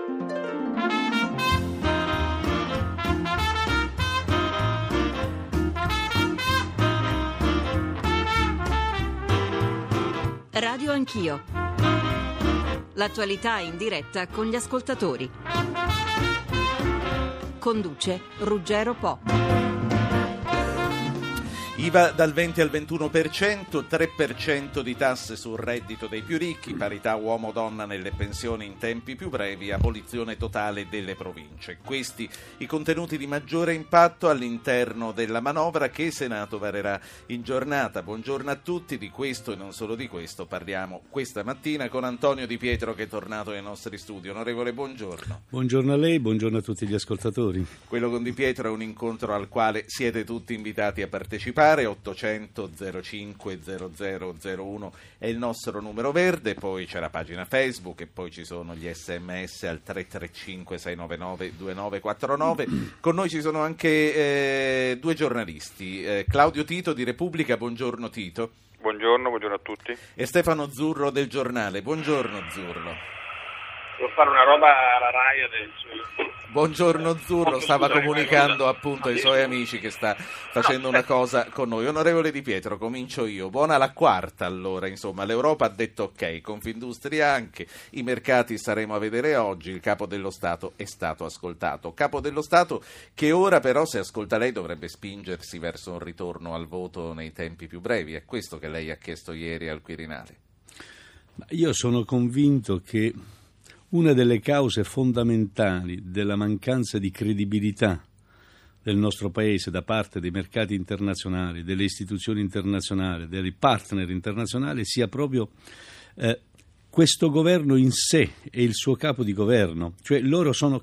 Radio Anch'io. L'attualità in diretta con gli ascoltatori. Conduce Ruggero Po. IVA dal 20 al 21%, 3% di tasse sul reddito dei più ricchi, parità uomo-donna nelle pensioni in tempi più brevi, abolizione totale delle province. Questi i contenuti di maggiore impatto all'interno della manovra che il Senato varerà in giornata. Buongiorno a tutti, di questo e non solo di questo parliamo questa mattina con Antonio Di Pietro che è tornato nei nostri studi. Onorevole, buongiorno. Buongiorno a lei, buongiorno a tutti gli ascoltatori. Quello con Di Pietro è un incontro al quale siete tutti invitati a partecipare. 800 05 0001 è il nostro numero verde, poi c'è la pagina Facebook e poi ci sono gli SMS al 335 699 2949. Con noi ci sono anche due giornalisti, Claudio Tito di Repubblica. Buongiorno Tito. Buongiorno a tutti. E Stefano Zurlo del Giornale. Buongiorno Zurlo. Devo fare una roba alla Rai adesso. Buongiorno Zurlo, stava comunicando appunto ai suoi amici che sta facendo una cosa con noi. Onorevole Di Pietro, comincio io. Buona la quarta allora, insomma, l'Europa ha detto ok, Confindustria anche, i mercati staremo a vedere oggi, il Capo dello Stato è stato ascoltato. Capo dello Stato che ora però, se ascolta lei, dovrebbe spingersi verso un ritorno al voto nei tempi più brevi. È questo che lei ha chiesto ieri al Quirinale? Io sono convinto che una delle cause fondamentali della mancanza di credibilità del nostro Paese da parte dei mercati internazionali, delle istituzioni internazionali, dei partner internazionali sia proprio questo governo in sé e il suo capo di governo. Cioè loro sono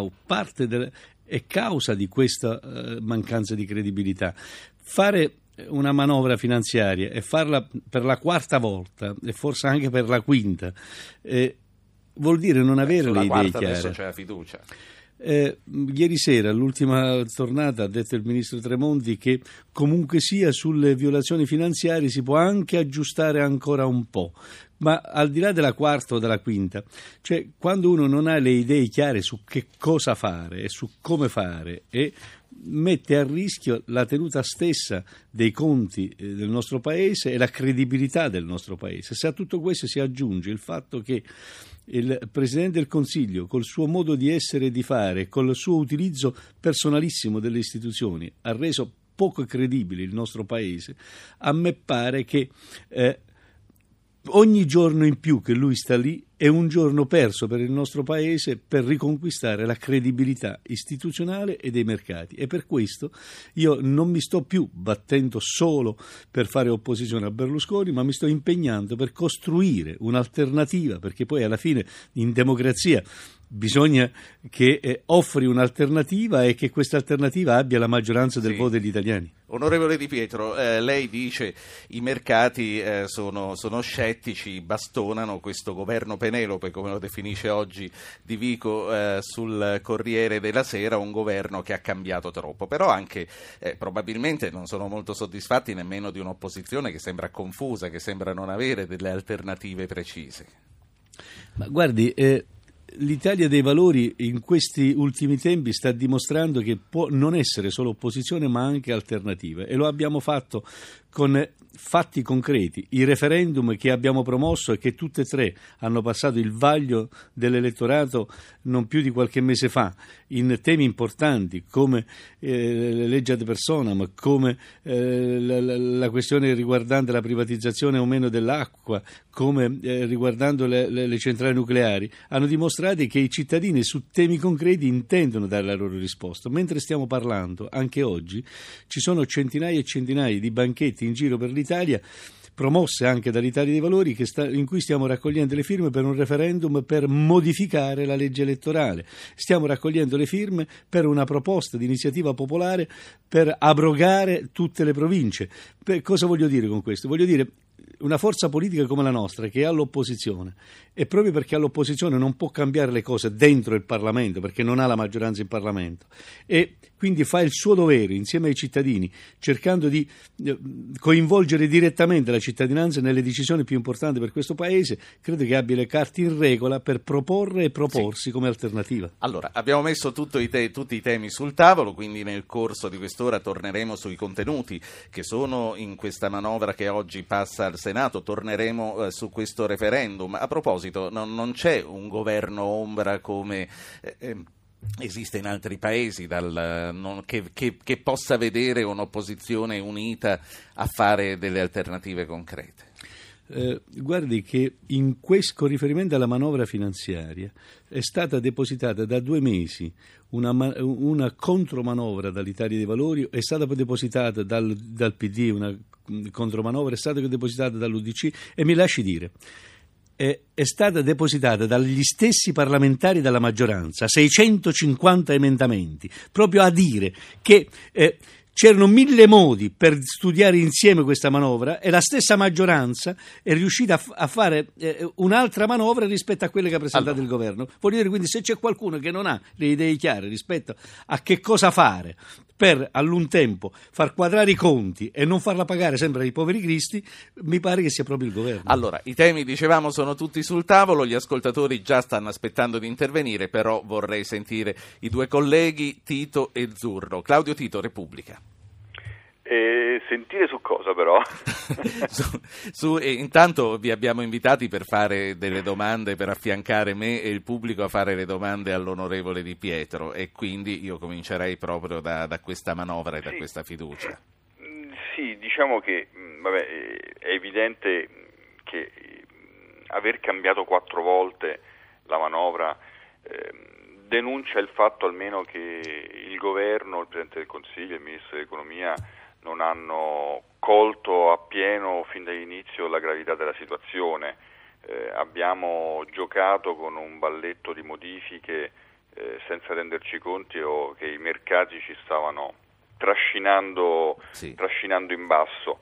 causa di questa mancanza di credibilità. Fare una manovra finanziaria e farla per la quarta volta e forse anche per la quinta vuol dire non avere le idee chiare. Adesso c'è la fiducia. Ieri sera, all'ultima tornata, ha detto il ministro Tremonti che comunque sia sulle violazioni finanziarie si può anche aggiustare ancora un po', ma al di là della quarta o della quinta, cioè quando uno non ha le idee chiare su che cosa fare e su come fare e mette a rischio la tenuta stessa dei conti del nostro Paese e la credibilità del nostro Paese. Se a tutto questo si aggiunge il fatto che il Presidente del Consiglio, col suo modo di essere e di fare, col suo utilizzo personalissimo delle istituzioni, ha reso poco credibile il nostro Paese, a me pare che ogni giorno in più che lui sta lì è un giorno perso per il nostro Paese per riconquistare la credibilità istituzionale e dei mercati. E per questo io non mi sto più battendo solo per fare opposizione a Berlusconi, ma mi sto impegnando per costruire un'alternativa, perché poi alla fine in democrazia bisogna che offri un'alternativa e che questa alternativa abbia la maggioranza del voto degli italiani. Onorevole Di Pietro, lei dice i mercati sono scettici, bastonano questo governo Penelope, come lo definisce oggi Di Vico sul Corriere della Sera, un governo che ha cambiato troppo, però anche probabilmente non sono molto soddisfatti nemmeno di un'opposizione che sembra confusa, che sembra non avere delle alternative precise. Ma guardi, l'Italia dei Valori in questi ultimi tempi sta dimostrando che può non essere solo opposizione ma anche alternativa, e lo abbiamo fatto con fatti concreti, i referendum che abbiamo promosso e che tutte e tre hanno passato il vaglio dell'elettorato non più di qualche mese fa, in temi importanti come legge ad personam, come la questione riguardante la privatizzazione o meno dell'acqua, come riguardando le centrali nucleari, hanno dimostrato che i cittadini su temi concreti intendono dare la loro risposta. Mentre stiamo parlando, anche oggi, ci sono centinaia e centinaia di banchetti in giro per l'Italia, promosse anche dall'Italia dei Valori, in cui stiamo raccogliendo le firme per un referendum per modificare la legge elettorale. Stiamo raccogliendo le firme per una proposta di iniziativa popolare per abrogare tutte le province. Cosa voglio dire con questo? Voglio dire, una forza politica come la nostra, che è all'opposizione, e proprio perché all'opposizione non può cambiare le cose dentro il Parlamento, perché non ha la maggioranza in Parlamento, e quindi fa il suo dovere insieme ai cittadini, cercando di coinvolgere direttamente la cittadinanza nelle decisioni più importanti per questo Paese, credo che abbia le carte in regola per proporre e proporsi come alternativa. Allora, abbiamo messo tutti i temi sul tavolo, quindi nel corso di quest'ora torneremo sui contenuti che sono in questa manovra che oggi passa al Senato, torneremo su questo referendum. A proposito, non c'è un governo ombra come esiste in altri paesi che possa vedere un'opposizione unita a fare delle alternative concrete? Guardi che con riferimento alla manovra finanziaria è stata depositata da 2 mesi una contromanovra dall'Italia dei Valori, è stata poi depositata dal PD, una contromanovra è stata depositata dall'UDC, e mi lasci dire, è stata depositata dagli stessi parlamentari della maggioranza, 650 emendamenti, proprio a dire che c'erano 1000 modi per studiare insieme questa manovra, e la stessa maggioranza è riuscita a fare un'altra manovra rispetto a quelle che ha presentato il governo. Voglio dire, quindi, se c'è qualcuno che non ha le idee chiare rispetto a che cosa fare per all'un tempo far quadrare i conti e non farla pagare sempre ai poveri cristi, mi pare che sia proprio il governo. Allora, i temi, dicevamo, sono tutti sul tavolo, gli ascoltatori già stanno aspettando di intervenire, però vorrei sentire i 2 colleghi, Tito e Zurro. Claudio Tito, Repubblica. Sentire su cosa, però? Intanto vi abbiamo invitati per fare delle domande, per affiancare me e il pubblico a fare le domande all'onorevole Di Pietro, e quindi io comincerei proprio da questa manovra e da questa fiducia. Sì, diciamo che è evidente che aver cambiato 4 volte la manovra denuncia il fatto almeno che il governo, il Presidente del Consiglio e il Ministro dell'Economia non hanno colto appieno fin dall'inizio la gravità della situazione. Abbiamo giocato con un balletto di modifiche senza renderci conto che i mercati ci stavano trascinando in basso.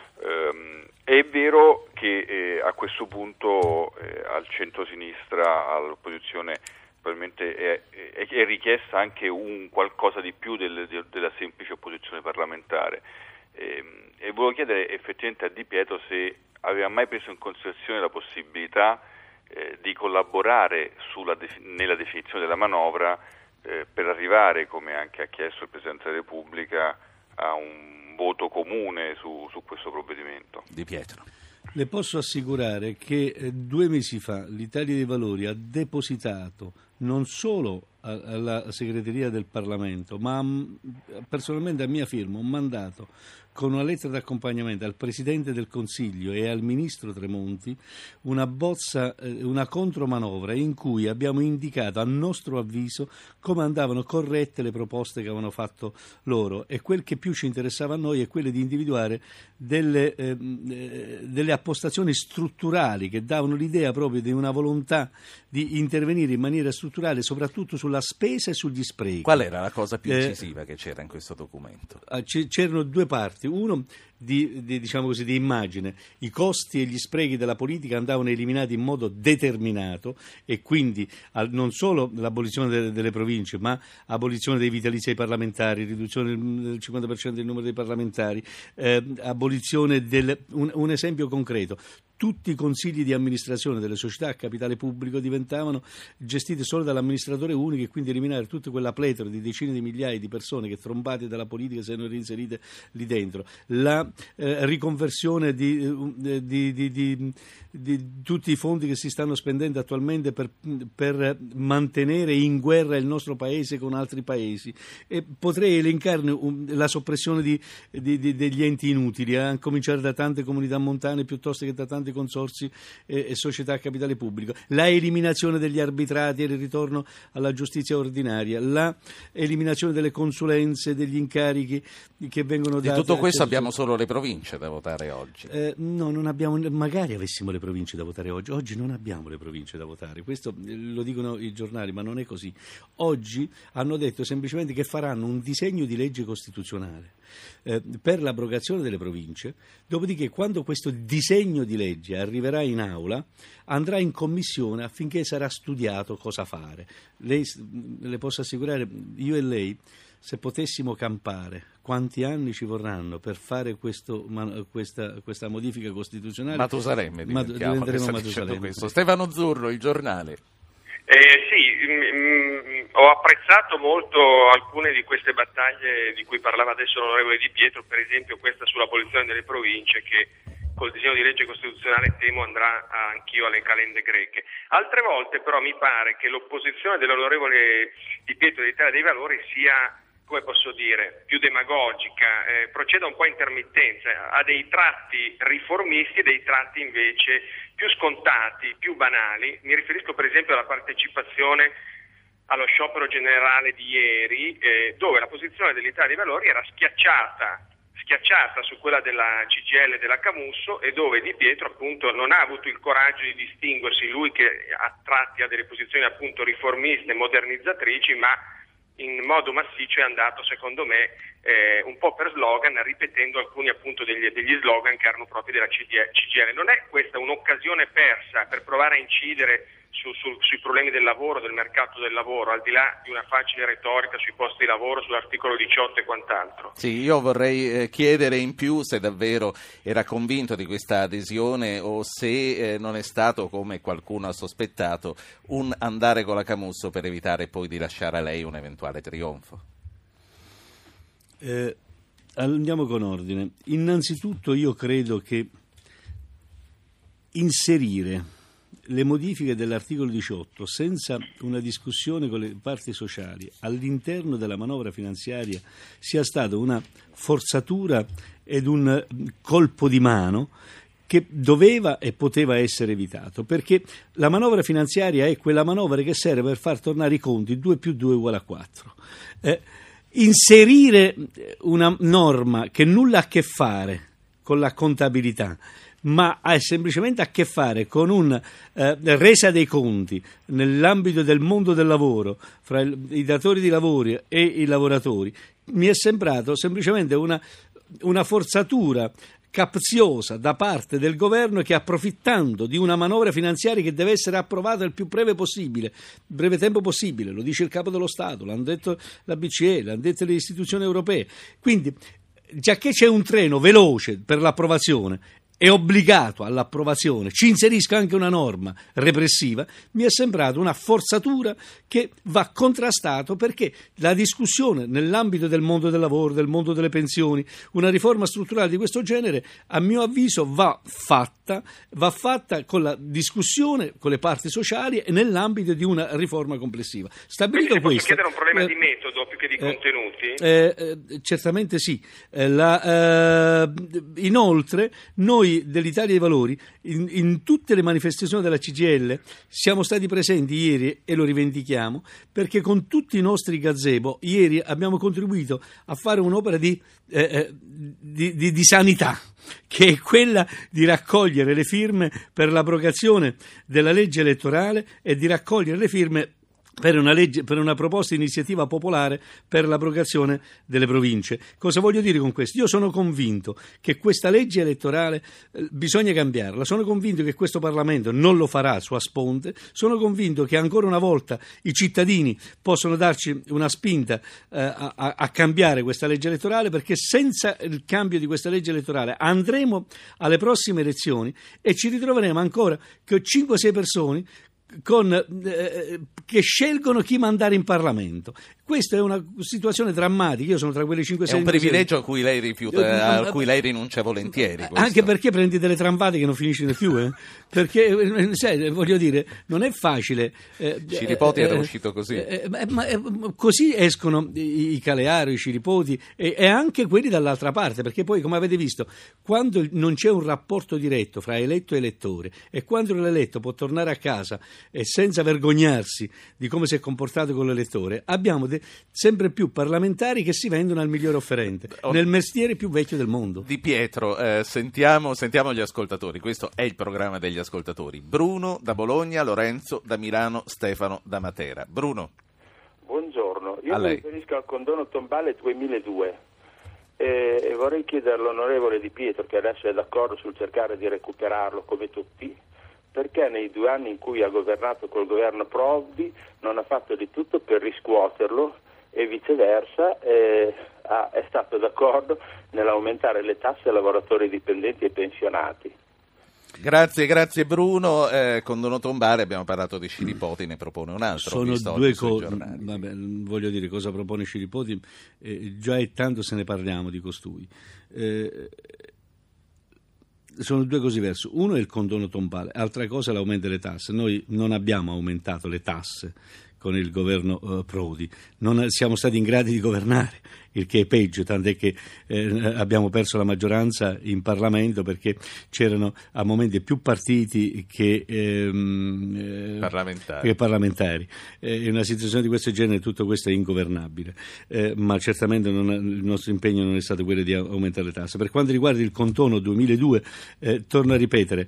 È vero che a questo punto al centro-sinistra, all'opposizione, probabilmente è richiesta anche un qualcosa di più della semplice opposizione parlamentare, e volevo chiedere effettivamente a Di Pietro se aveva mai preso in considerazione la possibilità di collaborare nella definizione della manovra per arrivare, come anche ha chiesto il Presidente della Repubblica, a un voto comune su questo provvedimento. Di Pietro. Le posso assicurare che 2 mesi fa l'Italia dei Valori ha depositato non solo alla segreteria del Parlamento, ma personalmente a mia firma, un mandato con una lettera d'accompagnamento al Presidente del Consiglio e al Ministro Tremonti, una contromanovra in cui abbiamo indicato, a nostro avviso, come andavano corrette le proposte che avevano fatto loro, e quel che più ci interessava a noi è quello di individuare delle appostazioni strutturali che davano l'idea proprio di una volontà di intervenire in maniera strutturale soprattutto sulla spesa e sugli sprechi. Qual era la cosa più incisiva che c'era in questo documento? C'erano 2 parti. Uno diciamo così, di immagine. I costi e gli sprechi della politica andavano eliminati in modo determinato, e quindi non solo l'abolizione delle province, ma abolizione dei vitalizi ai parlamentari, riduzione del 50% del numero dei parlamentari, abolizione un esempio concreto. Tutti i consigli di amministrazione delle società a capitale pubblico diventavano gestiti solo dall'amministratore unico, e quindi eliminare tutta quella pletora di decine di migliaia di persone che, trombate dalla politica, si erano reinserite lì dentro. La riconversione di tutti i fondi che si stanno spendendo attualmente per mantenere in guerra il nostro paese con altri paesi, e potrei elencarne la soppressione degli enti inutili, a cominciare da tante comunità montane piuttosto che da tante riguardanti consorzi e società a capitale pubblico, la eliminazione degli arbitrati e il ritorno alla giustizia ordinaria, la eliminazione delle consulenze, degli incarichi che vengono dati. Di tutto questo abbiamo solo le province da votare oggi. No, non abbiamo, magari avessimo le province da votare oggi. Oggi non abbiamo le province da votare, questo lo dicono i giornali, ma non è così. Oggi hanno detto semplicemente che faranno un disegno di legge costituzionale per l'abrogazione delle province, dopodiché quando questo disegno di legge arriverà in aula andrà in commissione affinché sarà studiato cosa fare. Lei, le posso assicurare, io e lei, se potessimo campare, quanti anni ci vorranno per fare questa modifica costituzionale? Matusalemme diventeremo Matusalemme. Stefano Zurlo, Il Giornale. Ho apprezzato molto alcune di queste battaglie di cui parlava adesso l'onorevole Di Pietro, per esempio questa sull'abolizione delle province, che col disegno di legge costituzionale temo andrà anch'io alle calende greche. Altre volte però mi pare che l'opposizione dell'onorevole Di Pietro dell'Italia dei Valori sia, come posso dire, più demagogica, proceda un po' a intermittenza, ha dei tratti riformisti e dei tratti invece più scontati, più banali. Mi riferisco per esempio alla partecipazione allo sciopero generale di ieri, dove la posizione dell'Italia dei Valori era schiacciata su quella della CGIL e della Camusso, e dove Di Pietro appunto non ha avuto il coraggio di distinguersi, lui che a tratti ha delle posizioni appunto riformiste, modernizzatrici, ma in modo massiccio è andato, secondo me, un po' per slogan, ripetendo alcuni appunto degli slogan che erano propri della CGIL. Non è questa un'occasione persa per provare a incidere sui problemi del lavoro, del mercato del lavoro, al di là di una facile retorica sui posti di lavoro, sull'articolo 18 e quant'altro? Sì, io vorrei chiedere in più se davvero era convinto di questa adesione o se non è stato, come qualcuno ha sospettato, un andare con la Camusso per evitare poi di lasciare a lei un eventuale trionfo. Andiamo con ordine. Innanzitutto io credo che inserire le modifiche dell'articolo 18 senza una discussione con le parti sociali all'interno della manovra finanziaria sia stata una forzatura ed un colpo di mano che doveva e poteva essere evitato, perché la manovra finanziaria è quella manovra che serve per far tornare i conti 2 più 2 uguale a 4. Inserire una norma che nulla ha a che fare con la contabilità, ma ha semplicemente a che fare con una resa dei conti nell'ambito del mondo del lavoro fra i datori di lavoro e i lavoratori, mi è sembrato semplicemente una forzatura capziosa da parte del governo, che, approfittando di una manovra finanziaria che deve essere approvata il più breve tempo possibile, lo dice il Capo dello Stato, l'hanno detto la BCE, l'hanno detto le istituzioni europee, quindi giacché c'è un treno veloce per l'approvazione, è obbligato all'approvazione, ci inserisca anche una norma repressiva, mi è sembrato una forzatura che va contrastato, perché la discussione nell'ambito del mondo del lavoro, del mondo delle pensioni, una riforma strutturale di questo genere, a mio avviso va fatta con la discussione con le parti sociali e nell'ambito di una riforma complessiva. Stabilito questo, posso chiedere un problema di metodo più che di contenuti? Certamente sì. Inoltre noi dell'Italia dei Valori in tutte le manifestazioni della CGIL siamo stati presenti ieri e lo rivendichiamo, perché con tutti i nostri gazebo ieri abbiamo contribuito a fare un'opera di sanità, che è quella di raccogliere le firme per l'abrogazione della legge elettorale e di raccogliere le firme per una proposta di iniziativa popolare per l'abrogazione delle province. Cosa voglio dire con questo? Io sono convinto che questa legge elettorale bisogna cambiarla, sono convinto che questo Parlamento non lo farà a sua sponte, sono convinto che ancora una volta i cittadini possono darci una spinta a cambiare questa legge elettorale, perché senza il cambio di questa legge elettorale andremo alle prossime elezioni e ci ritroveremo ancora che 5-6 persone che scelgono chi mandare in Parlamento. Questa è una situazione drammatica. Io sono tra quelle 5-6. È un privilegio a cui lei rinuncia volentieri. Questo. Anche perché prendi delle tramvate che non finiscono più, perché voglio dire, non è facile. Ciripoti era uscito così. Così escono i Calearo, i Ciripoti e anche quelli dall'altra parte, perché poi, come avete visto, quando non c'è un rapporto diretto fra eletto e elettore e quando l'eletto può tornare a casa senza vergognarsi di come si è comportato con l'elettore, abbiamo sempre più parlamentari che si vendono al migliore offerente nel mestiere più vecchio del mondo. Di Pietro, sentiamo gli ascoltatori. Questo è il programma degli ascoltatori. Bruno da Bologna, Lorenzo da Milano, Stefano da Matera. Bruno. Buongiorno, io mi riferisco al condono tombale 2002 e vorrei chiedere all'onorevole Di Pietro, che adesso è d'accordo sul cercare di recuperarlo come tutti, perché nei 2 anni in cui ha governato col governo Prodi non ha fatto di tutto per riscuoterlo e viceversa è stato d'accordo nell'aumentare le tasse ai lavoratori dipendenti e pensionati. Grazie Bruno. Condono tombale, abbiamo parlato di Scilipoti, ne propone un altro. Sono due cose. Voglio dire, cosa propone Scilipoti? Già è tanto se ne parliamo di costui. Sono due cose diverse. Uno è il condono tombale, altra cosa è l'aumento delle tasse. Noi non abbiamo aumentato le tasse con il governo Prodi, non siamo stati in grado di governare, il che è peggio, tant'è che abbiamo perso la maggioranza in Parlamento perché c'erano a momenti più partiti che parlamentari. In una situazione di questo genere tutto questo è ingovernabile, ma certamente il nostro impegno non è stato quello di aumentare le tasse. Per quanto riguarda il condono 2002, torno a ripetere,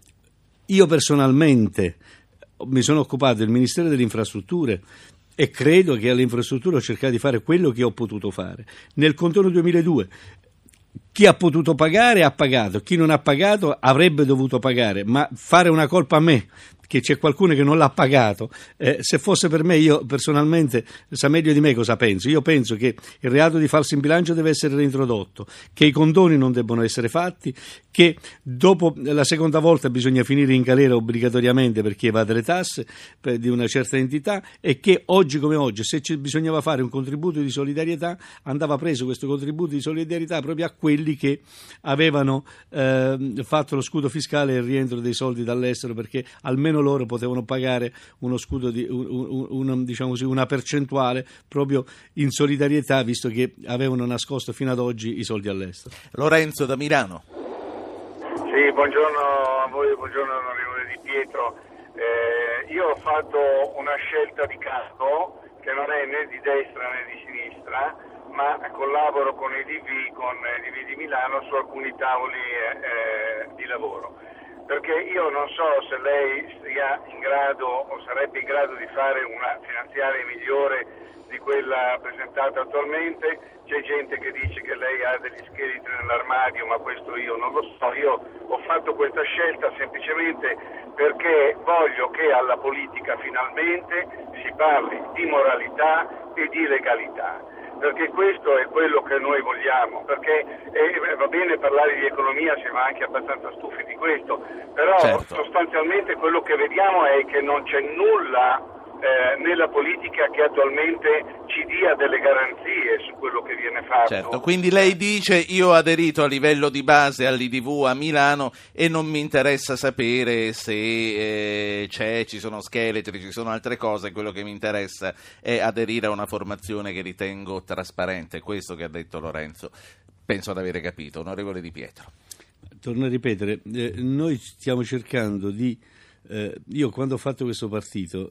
io personalmente mi sono occupato del Ministero delle Infrastrutture e credo che alle infrastrutture ho cercato di fare quello che ho potuto fare. Nel condono 2002 chi ha potuto pagare ha pagato, chi non ha pagato avrebbe dovuto pagare, ma fare una colpa a me che c'è qualcuno che non l'ha pagato, se fosse per me, io personalmente sa meglio di me cosa penso. Io penso che il reato di falso in bilancio deve essere reintrodotto, che i condoni non debbono essere fatti, che dopo la seconda volta bisogna finire in galera obbligatoriamente per chi evade le tasse di una certa entità e che oggi come oggi, se bisognava fare un contributo di solidarietà, andava preso questo contributo di solidarietà proprio a quelli che avevano fatto lo scudo fiscale e il rientro dei soldi dall'estero, perché almeno loro potevano pagare uno scudo di una percentuale proprio in solidarietà, visto che avevano nascosto fino ad oggi i soldi all'estero. Lorenzo da Milano. Sì, buongiorno a voi, buongiorno onorevole Di Pietro. Io ho fatto una scelta di campo che non è né di destra né di sinistra, ma collaboro con EDV, con EDV di Milano su alcuni tavoli di lavoro. Perché io non so se lei sia in grado o sarebbe in grado di fare una finanziaria migliore di quella presentata attualmente. C'è gente che dice che lei ha degli scheletri nell'armadio, ma questo io non lo so. Io ho fatto questa scelta semplicemente perché voglio che alla politica finalmente si parli di moralità e di legalità. Perché questo è quello che noi vogliamo, perché va bene parlare di economia, siamo anche abbastanza stufi di questo, però sostanzialmente quello che vediamo è che non c'è nulla nella politica che attualmente ci dia delle garanzie su quello che viene fatto. Certo, quindi lei dice: io ho aderito a livello di base all'IDV a Milano e non mi interessa sapere se ci sono scheletri, ci sono altre cose, quello che mi interessa è aderire a una formazione che ritengo trasparente. È questo che ha detto Lorenzo. Penso ad avere capito. Onorevole Di Pietro. Torno a ripetere, noi stiamo cercando di io quando ho fatto questo partito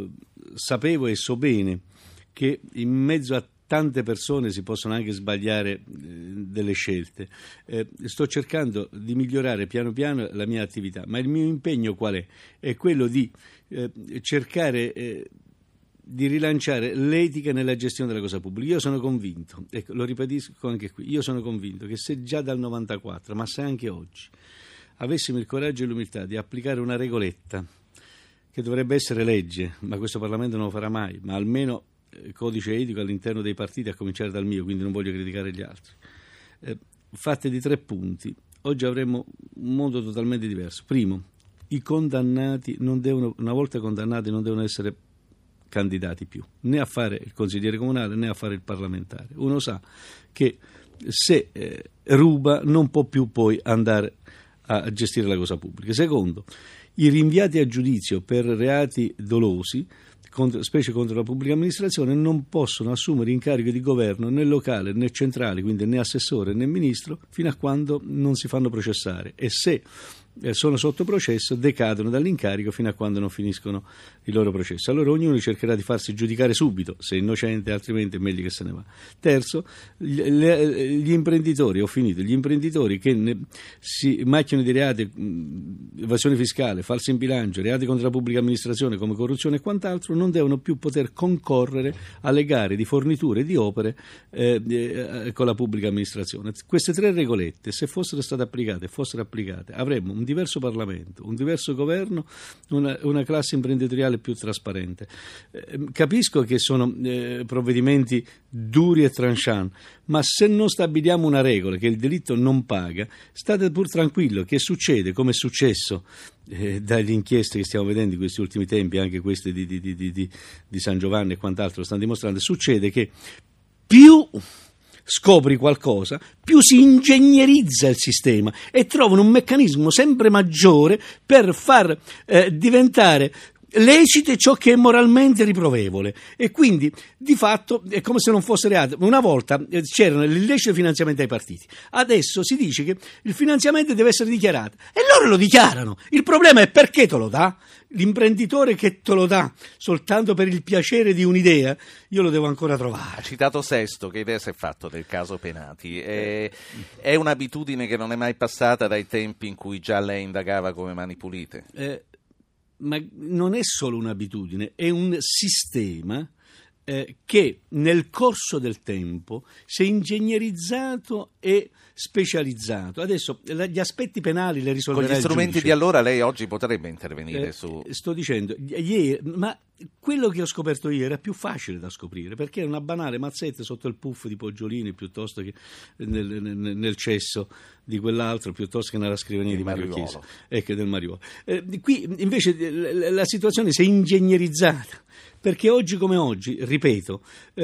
sapevo e so bene che in mezzo a tante persone si possono anche sbagliare delle scelte. Sto cercando di migliorare piano piano la mia attività, ma il mio impegno qual è? È quello di cercare di rilanciare l'etica nella gestione della cosa pubblica. Io sono convinto, ecco, lo ribadisco anche qui, io sono convinto che se già dal 94, ma se anche oggi, avessimo il coraggio e l'umiltà di applicare una regoletta che dovrebbe essere legge, ma questo Parlamento non lo farà mai, ma almeno codice etico all'interno dei partiti, a cominciare dal mio, quindi non voglio criticare gli altri, fatte di 3 punti, oggi avremmo un mondo totalmente diverso. Primo, i condannati una volta condannati non devono essere candidati più, né a fare il consigliere comunale né a fare il parlamentare. Uno sa che se ruba non può più poi andare a gestire la cosa pubblica. Secondo, i rinviati a giudizio per reati dolosi, specie contro la pubblica amministrazione, non possono assumere incarichi di governo né locale né centrale, quindi né assessore né ministro, fino a quando non si fanno processare, e se sono sotto processo decadono dall'incarico fino a quando non finiscono il loro processo. Allora ognuno cercherà di farsi giudicare subito, se è innocente, altrimenti è meglio che se ne va. Terzo, gli imprenditori, gli imprenditori che si macchiano di reati, evasione fiscale, falso in bilancio, reati contro la pubblica amministrazione come corruzione e quant'altro, non devono più poter concorrere alle gare di forniture e di opere con la pubblica amministrazione. Queste 3 regolette, se fossero state applicate, avremmo un diverso Parlamento, un diverso governo, una classe imprenditoriale più trasparente. Capisco che sono provvedimenti duri e tranchant, ma se non stabiliamo una regola che il delitto non paga, state pur tranquillo che succede, come è successo dalle inchieste che stiamo vedendo in questi ultimi tempi, anche queste di San Giovanni e quant'altro stanno dimostrando, succede che più scopri qualcosa, più si ingegnerizza il sistema e trovano un meccanismo sempre maggiore per far diventare lecite ciò che è moralmente riprovevole, e quindi di fatto è come se non fosse reato. Una volta c'erano l'illecito finanziamento ai partiti, adesso si dice che il finanziamento deve essere dichiarato e loro lo dichiarano. Il problema è perché te lo dà l'imprenditore, che te lo dà soltanto per il piacere di un'idea. Io lo devo ancora trovare. Ha citato Sesto, che idea si è fatto del caso Penati? È un'abitudine che non è mai passata dai tempi in cui già lei indagava come Mani Pulite? Ma non è solo un'abitudine, è un sistema che nel corso del tempo si è ingegnerizzato e specializzato. Adesso gli aspetti penali le risolverà con gli strumenti il giudice. Di allora lei oggi potrebbe intervenire su... Sto dicendo, ieri, ma quello che ho scoperto io era più facile da scoprire, perché era una banale mazzetta sotto il puff di Poggiolini, piuttosto che nel cesso di quell'altro, piuttosto che nella scrivania di Mario Chiesa e che del Mariuolo. Qui invece la situazione si è ingegnerizzata, perché oggi come oggi, ripeto,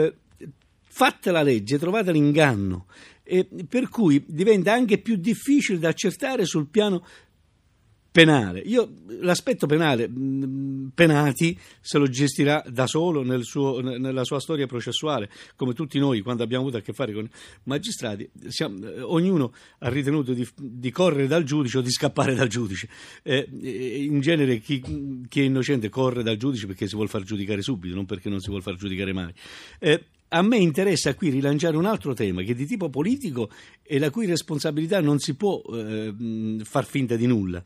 fatta la legge trovate l'inganno, per cui diventa anche più difficile da accertare sul piano penale. Io l'aspetto penale, Penati se lo gestirà da solo nella sua storia processuale, come tutti noi quando abbiamo avuto a che fare con magistrati, ognuno ha ritenuto di correre dal giudice o di scappare dal giudice. In genere chi è innocente corre dal giudice perché si vuol far giudicare subito, non perché non si vuol far giudicare mai. A me interessa qui rilanciare un altro tema che è di tipo politico e la cui responsabilità non si può far finta di nulla.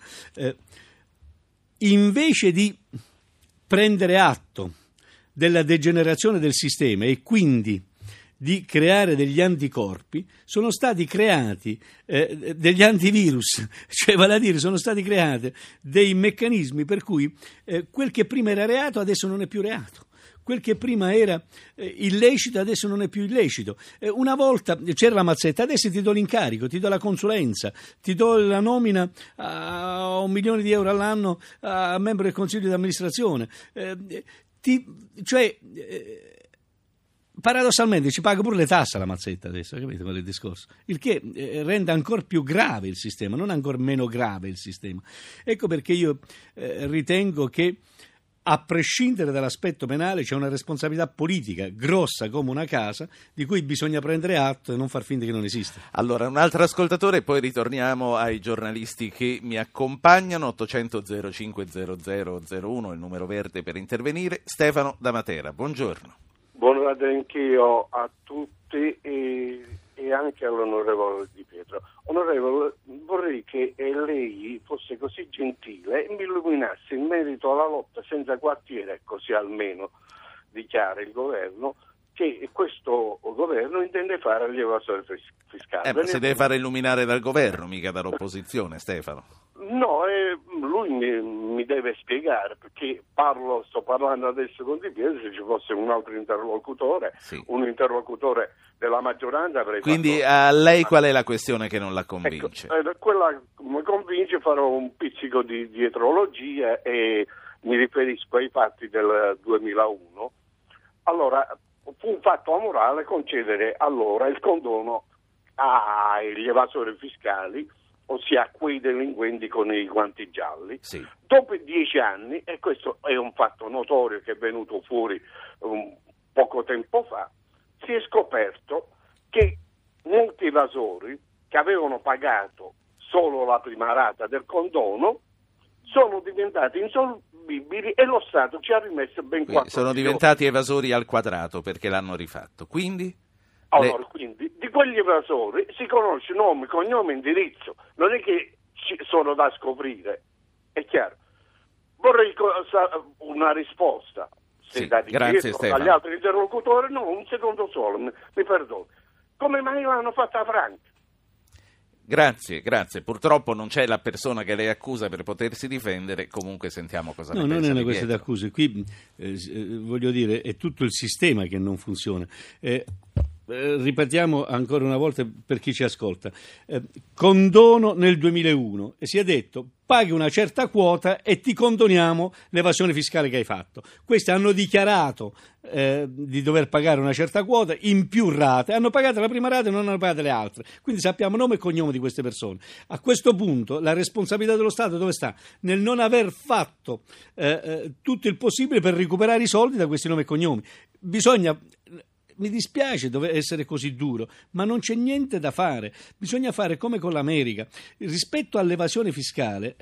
Invece di prendere atto della degenerazione del sistema e quindi di creare degli anticorpi, sono stati creati degli antivirus, cioè vale a dire sono stati creati dei meccanismi per cui quel che prima era reato adesso non è più reato. Quel che prima era illecito adesso non è più illecito. Una volta c'era la mazzetta, adesso ti do l'incarico, ti do la consulenza, ti do la nomina a €1 milione all'anno a membro del consiglio di amministrazione. Paradossalmente ci paga pure le tasse la mazzetta adesso, capite qual è il discorso? Il che rende ancora più grave il sistema, non ancora meno grave il sistema. Ecco perché io ritengo che a prescindere dall'aspetto penale c'è una responsabilità politica grossa come una casa, di cui bisogna prendere atto e non far finta che non esista. Allora, un altro ascoltatore e poi ritorniamo ai giornalisti che mi accompagnano. 800 05 0001 il numero verde per intervenire. Stefano da Matera, buongiorno. Buongiorno anch'io a tutti e anche all'onorevole Di Pietro. Onorevole, vorrei che lei fosse così gentile e mi illuminasse in merito alla lotta senza quartiere, così almeno dichiara il governo, che questo governo intende fare agli evasori fiscali. Si deve far illuminare dal governo, mica dall'opposizione, Stefano. No, lui mi deve spiegare, perché sto parlando adesso con Di Pietro. Se ci fosse un altro interlocutore, un interlocutore della maggioranza, avrei Quindi fatto... a lei qual è la questione che non la convince? Ecco, quella mi convince, farò un pizzico di dietrologia e mi riferisco ai fatti del 2001. Allora, fu un fatto amorale concedere allora il condono agli evasori fiscali, ossia a quei delinquenti con i guanti gialli. Sì. Dopo 10 anni, e questo è un fatto notorio che è venuto fuori poco tempo fa, si è scoperto che molti evasori che avevano pagato solo la prima rata del condono sono diventati insolvibili e lo Stato ci ha rimesso ben 4 sono diventati evasori al quadrato perché l'hanno rifatto. Quindi? Allora, quindi di quegli evasori si conosce nome, cognome, indirizzo, non è che sono da scoprire, è chiaro. Vorrei una risposta, se da grazie Stefano. Agli altri interlocutori. No, un secondo solo, mi perdoni. Come mai l'hanno fatta franca? Grazie. Purtroppo non c'è la persona che lei accusa per potersi difendere, comunque sentiamo cosa ne pensa. No, non è una questione di accuse, qui voglio dire è tutto il sistema che non funziona. Ripetiamo ancora una volta per chi ci ascolta, condono nel 2001 e si è detto paghi una certa quota e ti condoniamo l'evasione fiscale che hai fatto. Questi hanno dichiarato di dover pagare una certa quota in più rate, hanno pagato la prima rata e non hanno pagato le altre, quindi sappiamo nome e cognome di queste persone. A questo punto la responsabilità dello Stato dove sta? Nel non aver fatto tutto il possibile per recuperare i soldi da questi nomi e cognomi. Mi dispiace dover essere così duro, ma non c'è niente da fare. Bisogna fare come con l'America. Rispetto all'evasione fiscale,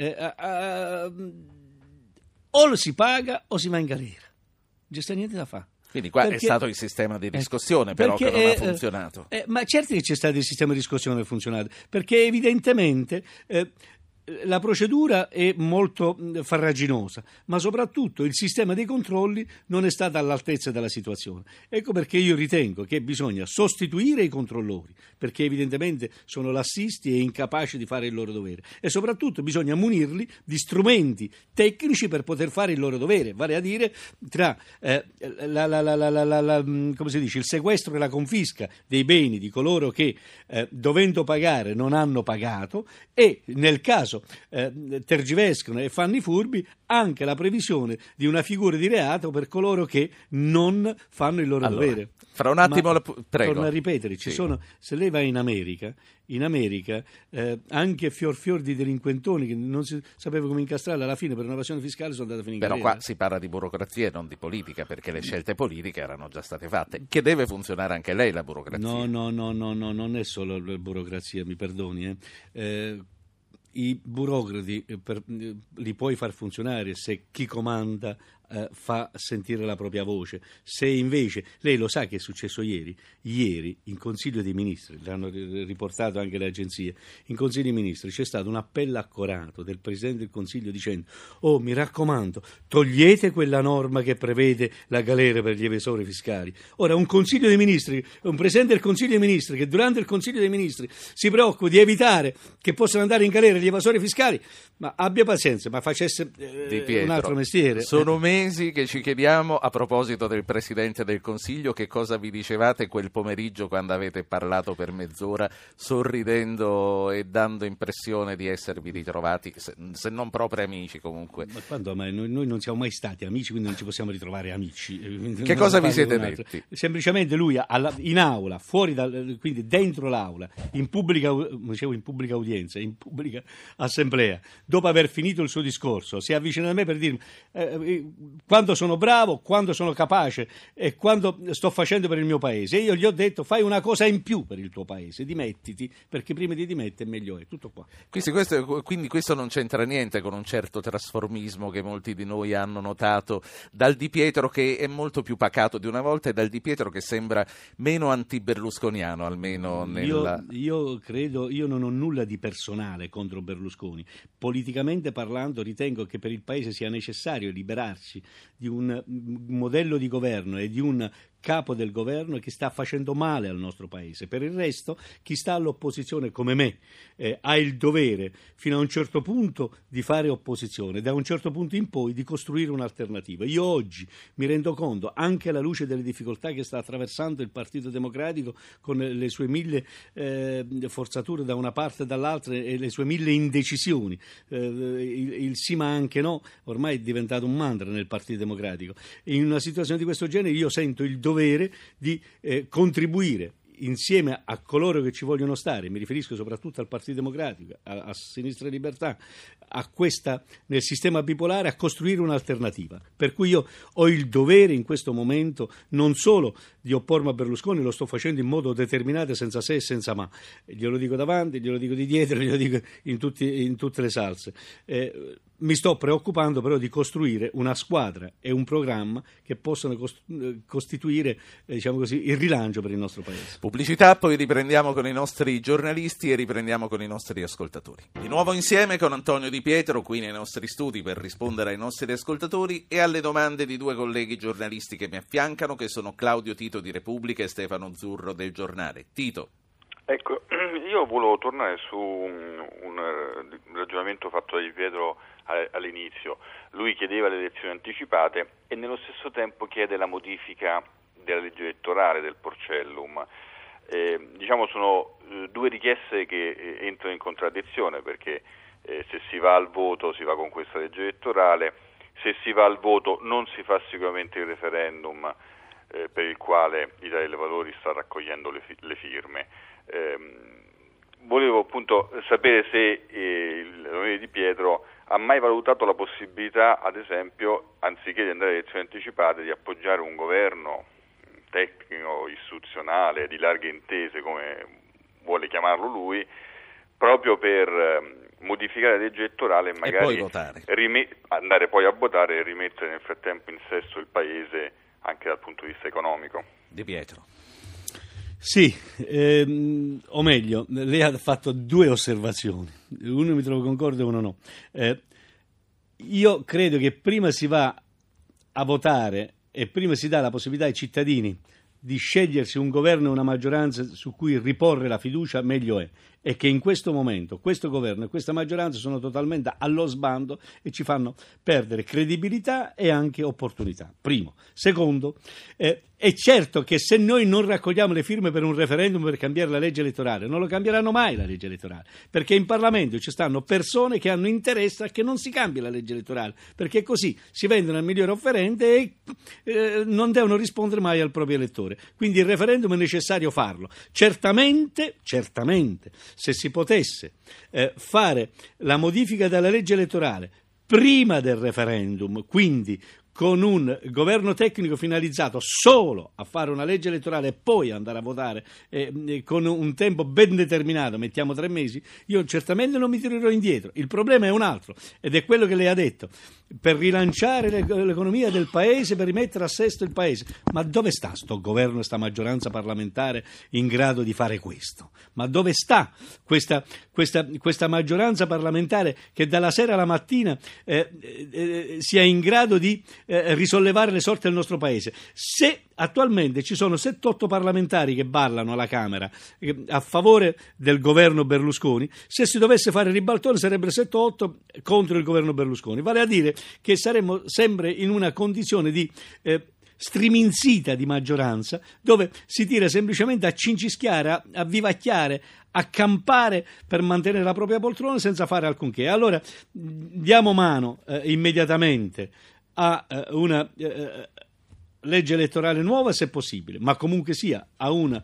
o si paga o si va in galera. Non c'è niente da fare. Quindi qua è stato il sistema di riscossione però che non ha funzionato. Ma certo che c'è stato il sistema di riscossione che ha funzionato, perché evidentemente... la procedura è molto farraginosa, ma soprattutto il sistema dei controlli non è stato all'altezza della situazione. Ecco perché io ritengo che bisogna sostituire i controllori, perché evidentemente sono lassisti e incapaci di fare il loro dovere, e soprattutto bisogna munirli di strumenti tecnici per poter fare il loro dovere, vale a dire tra come si dice, il sequestro e la confisca dei beni di coloro che dovendo pagare non hanno pagato, e nel caso tergiversano e fanno i furbi anche la previsione di una figura di reato per coloro che non fanno il loro dovere. Fra un attimo, prego. Torno a ripetere, se lei va in America anche fior di delinquentoni che non si sapeva come incastrare, alla fine per un'evasione fiscale sono andati a finire in galera. Però qua si parla di burocrazia e non di politica, perché le scelte politiche erano già state fatte. Che deve funzionare anche lei la burocrazia? No, non è solo la burocrazia, mi perdoni. I burocrati li puoi far funzionare se chi comanda fa sentire la propria voce. Se invece, lei lo sa che è successo ieri in Consiglio dei Ministri, l'hanno riportato anche le agenzie, in Consiglio dei Ministri c'è stato un appello accorato del Presidente del Consiglio dicendo: oh, mi raccomando, togliete quella norma che prevede la galera per gli evasori fiscali. Ora un Consiglio dei Ministri, un Presidente del Consiglio dei Ministri che durante il Consiglio dei Ministri si preoccupa di evitare che possano andare in galera gli evasori fiscali, ma abbia pazienza, ma facesse un altro mestiere. Sono mesi che ci chiediamo, a proposito del Presidente del Consiglio, che cosa vi dicevate quel pomeriggio quando avete parlato per mezz'ora sorridendo e dando impressione di esservi ritrovati, se non proprio amici comunque. Ma quando mai? Noi non siamo mai stati amici, quindi non ci possiamo ritrovare amici. Che cosa vi siete detti? Semplicemente lui in aula, fuori quindi dentro l'aula, in pubblica udienza, in pubblica assemblea, dopo aver finito il suo discorso, si avvicina a me per dirmi quando sono bravo, quando sono capace e quando sto facendo per il mio paese. E io gli ho detto: fai una cosa in più per il tuo paese, dimettiti, perché prima di dimettere meglio è. Tutto qua. Quindi questo non c'entra niente con un certo trasformismo che molti di noi hanno notato dal Di Pietro, che è molto più pacato di una volta, e dal Di Pietro che sembra meno anti-berlusconiano, almeno Io credo, io non ho nulla di personale contro Berlusconi. Politicamente parlando ritengo che per il paese sia necessario liberarsi di un modello di governo e di un capo del governo e che sta facendo male al nostro paese. Per il resto, chi sta all'opposizione come me ha il dovere fino a un certo punto di fare opposizione, da un certo punto in poi di costruire un'alternativa. Io oggi mi rendo conto, anche alla luce delle difficoltà che sta attraversando il Partito Democratico con le sue 1000 forzature da una parte e dall'altra e le sue 1000 indecisioni, il sì ma anche no ormai è diventato un mantra nel Partito Democratico. In una situazione di questo genere io sento il dovere di contribuire insieme a coloro che ci vogliono stare, mi riferisco soprattutto al Partito Democratico, a Sinistra e Libertà, nel sistema bipolare, a costruire un'alternativa. Per cui io ho il dovere in questo momento non solo di oppormi a Berlusconi, lo sto facendo in modo determinato, senza se e senza ma. Glielo dico davanti, glielo dico di dietro, glielo dico in tutte le salse. Mi sto preoccupando però di costruire una squadra e un programma che possano costituire, diciamo così, il rilancio per il nostro paese. Pubblicità, poi riprendiamo con i nostri giornalisti e riprendiamo con i nostri ascoltatori. Di nuovo insieme con Antonio Di Pietro, qui nei nostri studi per rispondere ai nostri ascoltatori e alle domande di due colleghi giornalisti che mi affiancano, che sono Claudio Tito di Repubblica e Stefano Zurro del Giornale. Tito. Ecco, io volevo tornare su un ragionamento fatto da Di Pietro all'inizio. Lui chiedeva le elezioni anticipate e nello stesso tempo chiede la modifica della legge elettorale del Porcellum. Diciamo sono due richieste che entrano in contraddizione, perché se si va al voto si va con questa legge elettorale, se si va al voto non si fa sicuramente il referendum per il quale l'Italia dei Valori sta raccogliendo le firme. Volevo appunto sapere se l'onorevole Di Pietro ha mai valutato la possibilità, ad esempio, anziché di andare alle elezioni anticipate, di appoggiare un governo tecnico, istituzionale, di larghe intese, come vuole chiamarlo lui, proprio per modificare la legge elettorale e magari andare poi a votare e rimettere nel frattempo in sesto il paese anche dal punto di vista economico. Di Pietro. Sì, o meglio, lei ha fatto due osservazioni, uno mi trovo concorde e uno no. Io credo che prima si va a votare e prima si dà la possibilità ai cittadini di scegliersi un governo e una maggioranza su cui riporre la fiducia, meglio è. E che in questo momento questo governo e questa maggioranza sono totalmente allo sbando e ci fanno perdere credibilità e anche opportunità. Primo. Secondo, è certo che se noi non raccogliamo le firme per un referendum per cambiare la legge elettorale, non lo cambieranno mai la legge elettorale, perché in Parlamento ci stanno persone che hanno interesse a che non si cambi la legge elettorale, perché così si vendono al migliore offerente e non devono rispondere mai al proprio elettore. Quindi il referendum è necessario farlo. Certamente, se si potesse fare la modifica della legge elettorale prima del referendum, quindi con un governo tecnico finalizzato solo a fare una legge elettorale e poi andare a votare con un tempo ben determinato, mettiamo 3 mesi, io certamente non mi tirerò indietro. Il problema è un altro ed è quello che lei ha detto: per rilanciare l'economia del paese, per rimettere a sesto il paese. Ma dove sta sto governo e sta maggioranza parlamentare in grado di fare questo? Ma dove sta questa maggioranza parlamentare che dalla sera alla mattina sia in grado di risollevare le sorti del nostro paese? Se attualmente ci sono 7-8 parlamentari che ballano alla Camera a favore del governo Berlusconi, se si dovesse fare ribaltone sarebbero 7-8 contro il governo Berlusconi, vale a dire che saremmo sempre in una condizione di striminzita di maggioranza, dove si tira semplicemente a cincischiare, a vivacchiare, a campare per mantenere la propria poltrona senza fare alcunché. Allora diamo mano immediatamente a una legge elettorale nuova, se possibile, ma comunque sia a un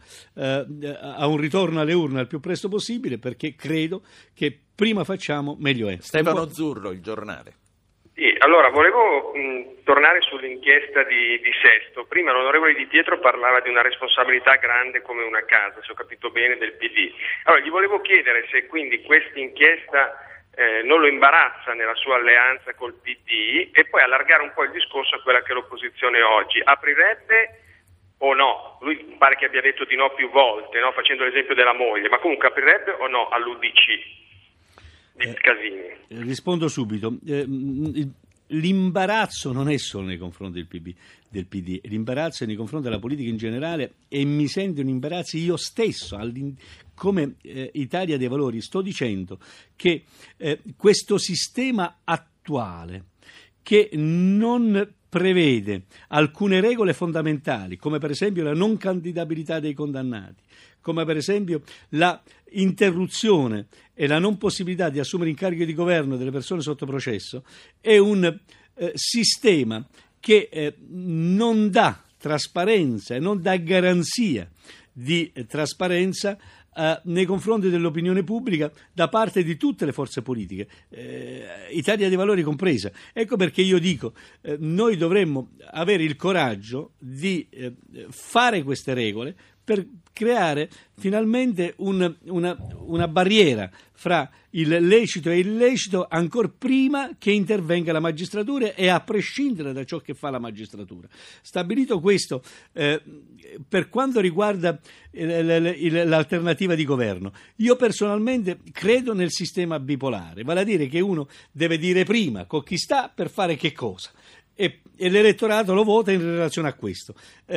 ritorno alle urne al più presto possibile, perché credo che prima facciamo meglio è. Stefano Zurro, Il Giornale. Sì, allora volevo tornare sull'inchiesta di Sesto. Prima l'onorevole Di Pietro parlava di una responsabilità grande come una casa, se ho capito bene, del PD. Allora gli volevo chiedere se quindi questa inchiesta non lo imbarazza nella sua alleanza col PD, e poi allargare un po' il discorso a quella che è l'opposizione oggi. Aprirebbe o no? Lui pare che abbia detto di no più volte, no? Facendo l'esempio della moglie, ma comunque aprirebbe o no all'UDC di Casini? Rispondo subito. l'imbarazzo non è solo nei confronti del PD, l'imbarazzo è nei confronti della politica in generale, e mi sento un imbarazzo io stesso come Italia dei Valori. Sto dicendo che questo sistema attuale, che non prevede alcune regole fondamentali, come per esempio la non candidabilità dei condannati, come per esempio la interruzione e la non possibilità di assumere incarichi di governo delle persone sotto processo, è un sistema che non dà trasparenza e non dà garanzia di trasparenza nei confronti dell'opinione pubblica da parte di tutte le forze politiche, Italia dei Valori compresa. Ecco perché io dico, noi dovremmo avere il coraggio di fare queste regole per creare finalmente una barriera fra il lecito e il illecito ancor prima che intervenga la magistratura, e a prescindere da ciò che fa la magistratura. Stabilito questo, per quanto riguarda l'alternativa di governo, io personalmente credo nel sistema bipolare, vale a dire che uno deve dire prima con chi sta per fare che cosa, e l'elettorato lo vota in relazione a questo.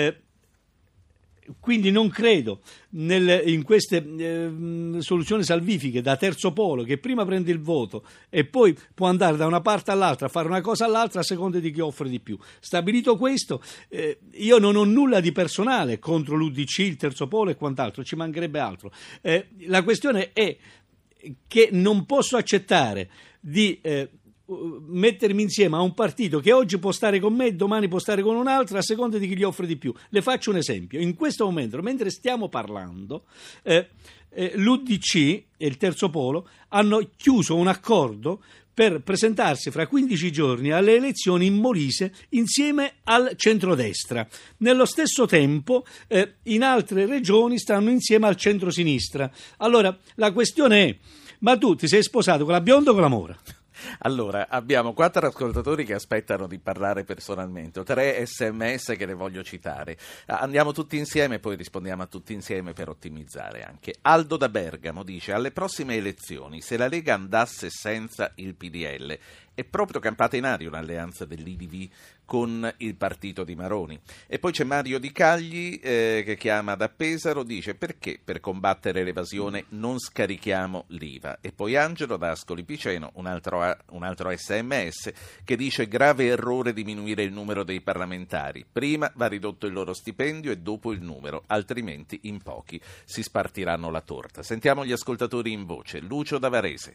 Quindi non credo in queste soluzioni salvifiche da terzo polo, che prima prende il voto e poi può andare da una parte all'altra a fare una cosa all'altra a seconda di chi offre di più. Stabilito questo, io non ho nulla di personale contro l'UDC, il terzo polo e quant'altro, ci mancherebbe altro. La questione è che non posso accettare di mettermi insieme a un partito che oggi può stare con me, domani può stare con un altro, a seconda di chi gli offre di più. Le faccio un esempio: in questo momento, mentre stiamo parlando, l'UDC e il terzo polo hanno chiuso un accordo per presentarsi fra 15 giorni alle elezioni in Molise insieme al centrodestra. Nello stesso tempo in altre regioni stanno insieme al centrosinistra. Allora la questione è: ma tu ti sei sposato con la bionda o con la mora? Allora, abbiamo 4 ascoltatori che aspettano di parlare personalmente, 3 SMS che ne voglio citare. Andiamo tutti insieme e poi rispondiamo a tutti insieme per ottimizzare anche. Aldo da Bergamo dice: alle prossime elezioni, se la Lega andasse senza il PDL, è proprio campata in aria un'alleanza dell'IDV con il partito di Maroni. E poi c'è Mario Di Cagli che chiama da Pesaro, dice: perché per combattere l'evasione non scarichiamo l'IVA? E poi Angelo da Ascoli Piceno, un altro SMS che dice: grave errore diminuire il numero dei parlamentari, prima va ridotto il loro stipendio e dopo il numero, altrimenti in pochi si spartiranno la torta. Sentiamo gli ascoltatori in voce. Lucio da Varese.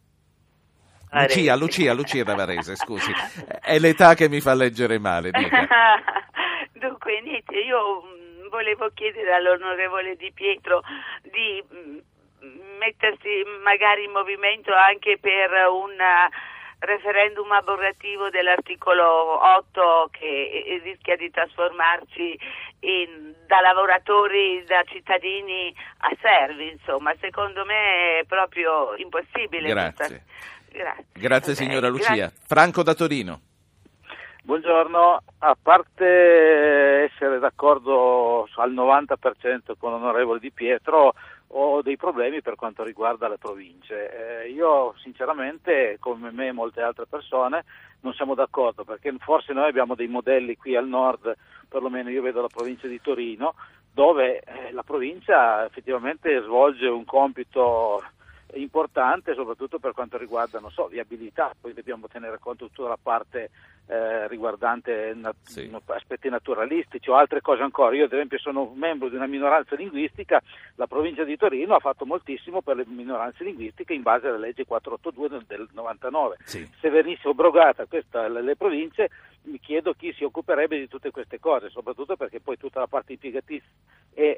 Lucia da Varese, scusi, è l'età che mi fa leggere male, dica. Dunque, niente, io volevo chiedere all'onorevole Di Pietro di mettersi magari in movimento anche per un referendum abrogativo dell'articolo 8 che rischia di trasformarci da lavoratori, da cittadini a servi, insomma. Secondo me è proprio impossibile. Grazie. Grazie signora Lucia. Grazie. Franco da Torino. Buongiorno, a parte essere d'accordo al 90% con l'onorevole Di Pietro, ho dei problemi per quanto riguarda le province. Io sinceramente, come me e molte altre persone, non siamo d'accordo, perché forse noi abbiamo dei modelli qui al nord, perlomeno io vedo la provincia di Torino, dove la provincia effettivamente svolge un compito importante, soprattutto per quanto riguarda, viabilità. Poi dobbiamo tenere conto di tutta la parte riguardante aspetti naturalistici o altre cose ancora. Io ad esempio sono membro di una minoranza linguistica, la provincia di Torino ha fatto moltissimo per le minoranze linguistiche in base alla legge 482 del 99. Sì. Se venisse abrogata le province, mi chiedo chi si occuperebbe di tutte queste cose, soprattutto perché poi tutta la parte impiegativa e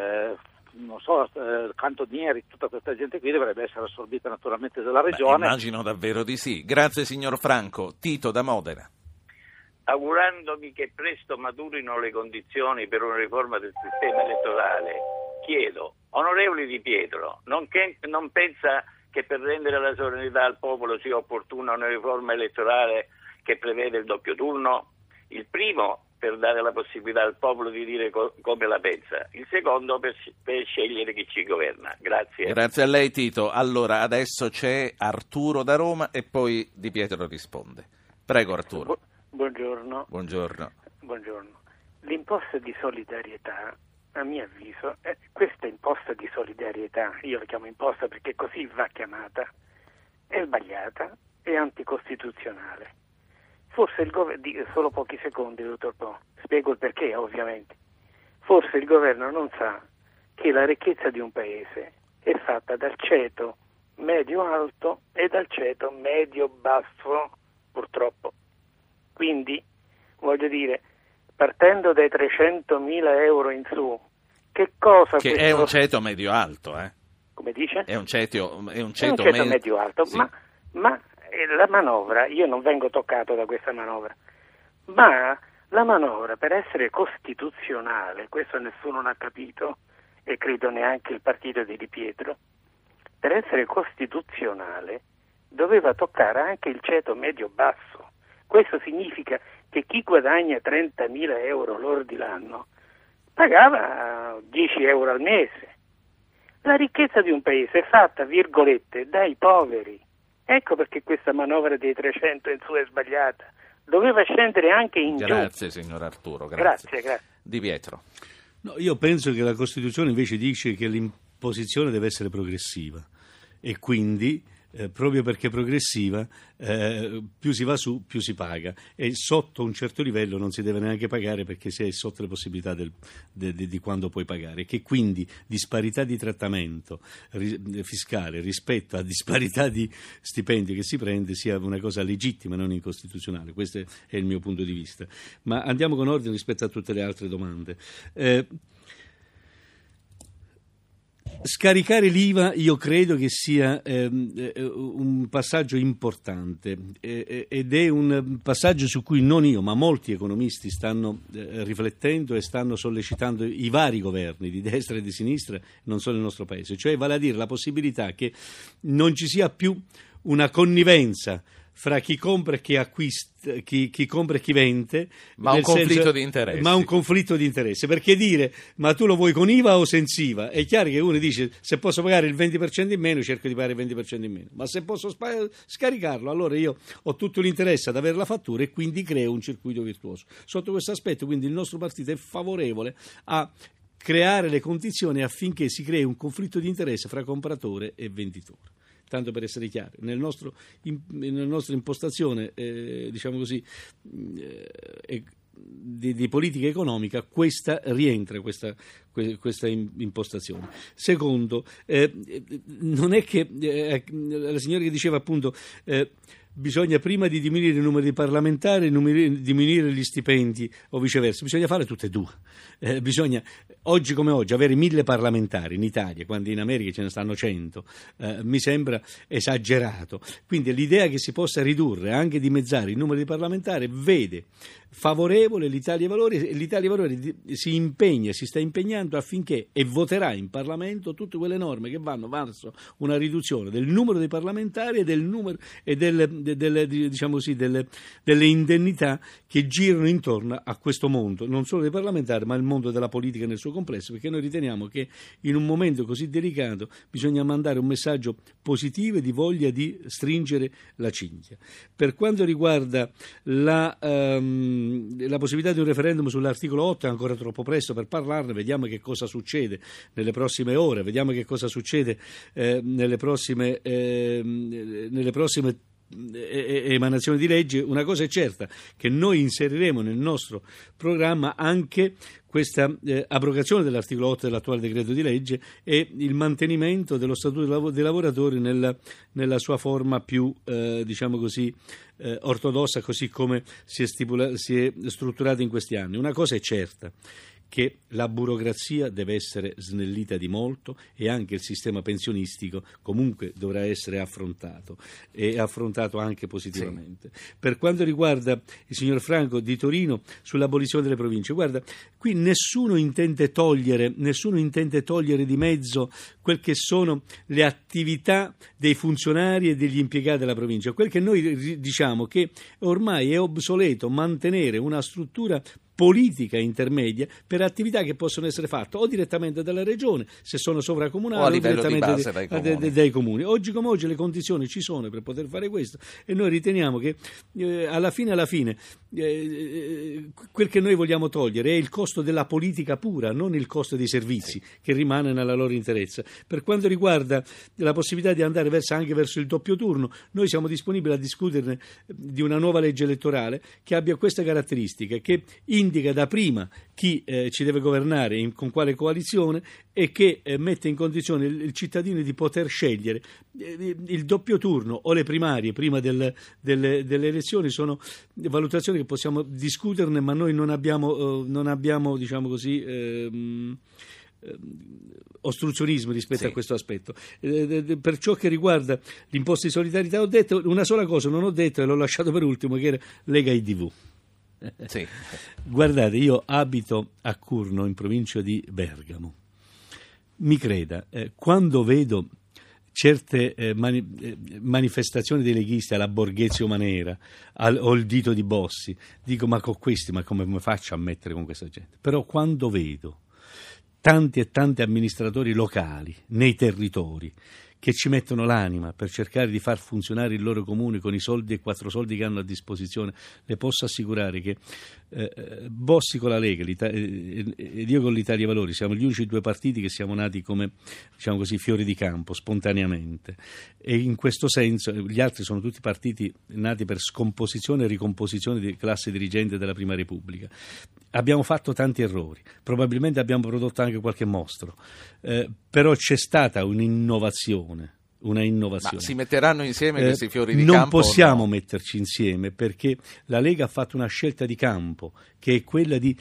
cantonieri, tutta questa gente qui dovrebbe essere assorbita naturalmente dalla regione. Immagino davvero di sì. Grazie signor Franco. Tito da Modena. Augurandomi che presto maturino le condizioni per una riforma del sistema elettorale, chiedo, onorevole Di Pietro, non pensa che per rendere la sovranità al popolo sia opportuna una riforma elettorale che prevede il doppio turno? Il primo, per dare la possibilità al popolo di dire come la pensa, il secondo per scegliere chi ci governa. Grazie. Grazie a lei Tito. Allora adesso c'è Arturo da Roma e poi Di Pietro risponde. Prego Arturo. Buongiorno. Buongiorno. L'imposta di solidarietà, a mio avviso, questa imposta di solidarietà, io la chiamo imposta perché così va chiamata, è sbagliata, è anticostituzionale. Forse il governo, solo pochi secondi, dottor Po, spiego il perché ovviamente. Forse il governo non sa che la ricchezza di un paese è fatta dal ceto medio-alto e dal ceto medio-basso, purtroppo. Quindi, voglio dire, partendo dai 300.000 euro in su, che cosa... Che è un ceto medio-alto, Come dice? È un ceto medio-alto, sì. Ma la manovra, io non vengo toccato da questa manovra, ma la manovra per essere costituzionale, questo nessuno non ha capito, e credo neanche il partito di Di Pietro, per essere costituzionale doveva toccare anche il ceto medio-basso. Questo significa che chi guadagna 30.000 euro lordi l'anno pagava 10 euro al mese. La ricchezza di un paese è fatta, virgolette, dai poveri. Ecco perché questa manovra dei 300 in su è sbagliata. Doveva scendere anche in giù. Grazie signor Arturo, grazie. Di Pietro. No, io penso che la Costituzione invece dice che l'imposizione deve essere progressiva e quindi proprio perché progressiva più si va su più si paga e sotto un certo livello non si deve neanche pagare perché si è sotto le possibilità di quando puoi pagare, che quindi disparità di trattamento fiscale rispetto a disparità di stipendio che si prende sia una cosa legittima, non incostituzionale. Questo è il mio punto di vista, ma andiamo con ordine rispetto a tutte le altre domande. Scaricare l'IVA io credo che sia un passaggio importante ed è un passaggio su cui non io ma molti economisti stanno riflettendo e stanno sollecitando i vari governi di destra e di sinistra, non solo nel nostro paese, cioè vale a dire la possibilità che non ci sia più una connivenza fra chi compra e chi acquista, chi compra e chi vende, ma un conflitto di interessi. Ma un conflitto di interesse, perché dire ma tu lo vuoi con IVA o senza IVA? È chiaro che uno dice se posso pagare il 20% in meno cerco di pagare il 20% in meno, ma se posso scaricarlo allora io ho tutto l'interesse ad avere la fattura e quindi creo un circuito virtuoso. Sotto questo aspetto quindi il nostro partito è favorevole a creare le condizioni affinché si crei un conflitto di interesse fra compratore e venditore. Tanto per essere chiari, nella nostra impostazione, diciamo così, di politica economica, questa rientra, questa impostazione. Secondo, non è che la signora che diceva appunto bisogna prima di diminuire il numero di parlamentari diminuire gli stipendi o viceversa, bisogna fare tutte e due. Bisogna oggi come oggi avere 1000 parlamentari in Italia quando in America ce ne stanno 100 mi sembra esagerato, quindi l'idea che si possa ridurre, anche dimezzare il numero di parlamentari, vede favorevole l'Italia dei Valori si sta impegnando affinché e voterà in Parlamento tutte quelle norme che vanno verso una riduzione del numero dei parlamentari e del numero e diciamo così, delle indennità che girano intorno a questo mondo, non solo dei parlamentari ma il mondo della politica nel suo complesso, perché noi riteniamo che in un momento così delicato bisogna mandare un messaggio positivo e di voglia di stringere la cinghia. Per quanto riguarda la possibilità di un referendum sull'articolo 8 è ancora troppo presto per parlarne, vediamo che cosa succede nelle prossime ore, vediamo che cosa succede nelle prossime emanazioni di legge. Una cosa è certa, che noi inseriremo nel nostro programma anche questa abrogazione dell'articolo 8 dell'attuale decreto di legge e il mantenimento dello statuto dei lavoratori nella sua forma più diciamo così ortodossa, così come si è strutturato in questi anni. Una cosa è certa, che la burocrazia deve essere snellita di molto e anche il sistema pensionistico comunque dovrà essere affrontato e affrontato anche positivamente. Sì. Per quanto riguarda il signor Franco di Torino sull'abolizione delle province, guarda, qui nessuno intende togliere di mezzo quel che sono le attività dei funzionari e degli impiegati della provincia. Quel che noi diciamo che ormai è obsoleto mantenere una struttura politica intermedia per attività che possono essere fatte o direttamente dalla regione, se sono sovracomunali, o a livello di base dai comuni. Oggi come oggi le condizioni ci sono per poter fare questo, e noi riteniamo che alla fine quel che noi vogliamo togliere è il costo della politica pura, non il costo dei servizi, che rimane nella loro interezza. Per quanto riguarda la possibilità di andare anche verso il doppio turno, noi siamo disponibili a discuterne di una nuova legge elettorale che abbia questa caratteristica, che indica da prima chi ci deve governare, con quale coalizione, e che mette in condizione il cittadino di poter scegliere. Il doppio turno o le primarie prima delle elezioni sono valutazioni che possiamo discuterne, ma noi non abbiamo diciamo così ostruzionismo rispetto a questo aspetto. Per ciò che riguarda l'imposta di solidarietà, ho detto una sola cosa, non ho detto, e l'ho lasciato per ultimo, che era Lega IDV. Sì. Guardate, io abito a Curno, in provincia di Bergamo. Mi creda, quando vedo certe manifestazioni dei leghisti alla Borghezio Manera o il dito di Bossi, dico ma con questi, ma come faccio a mettere con questa gente? Però quando vedo tanti e tanti amministratori locali nei territori che ci mettono l'anima per cercare di far funzionare il loro comune con i soldi e 4 soldi che hanno a disposizione, le posso assicurare che Bossi con la Lega ed io con l'Italia dei Valori siamo gli unici 2 partiti che siamo nati come, diciamo così, fiori di campo, spontaneamente, e in questo senso gli altri sono tutti partiti nati per scomposizione e ricomposizione di classe dirigente della Prima Repubblica. Abbiamo fatto tanti errori, probabilmente abbiamo prodotto anche qualche mostro, però c'è stata un'innovazione. Ma si metteranno insieme questi fiori di campo? Non possiamo metterci insieme, perché la Lega ha fatto una scelta di campo, che è quella di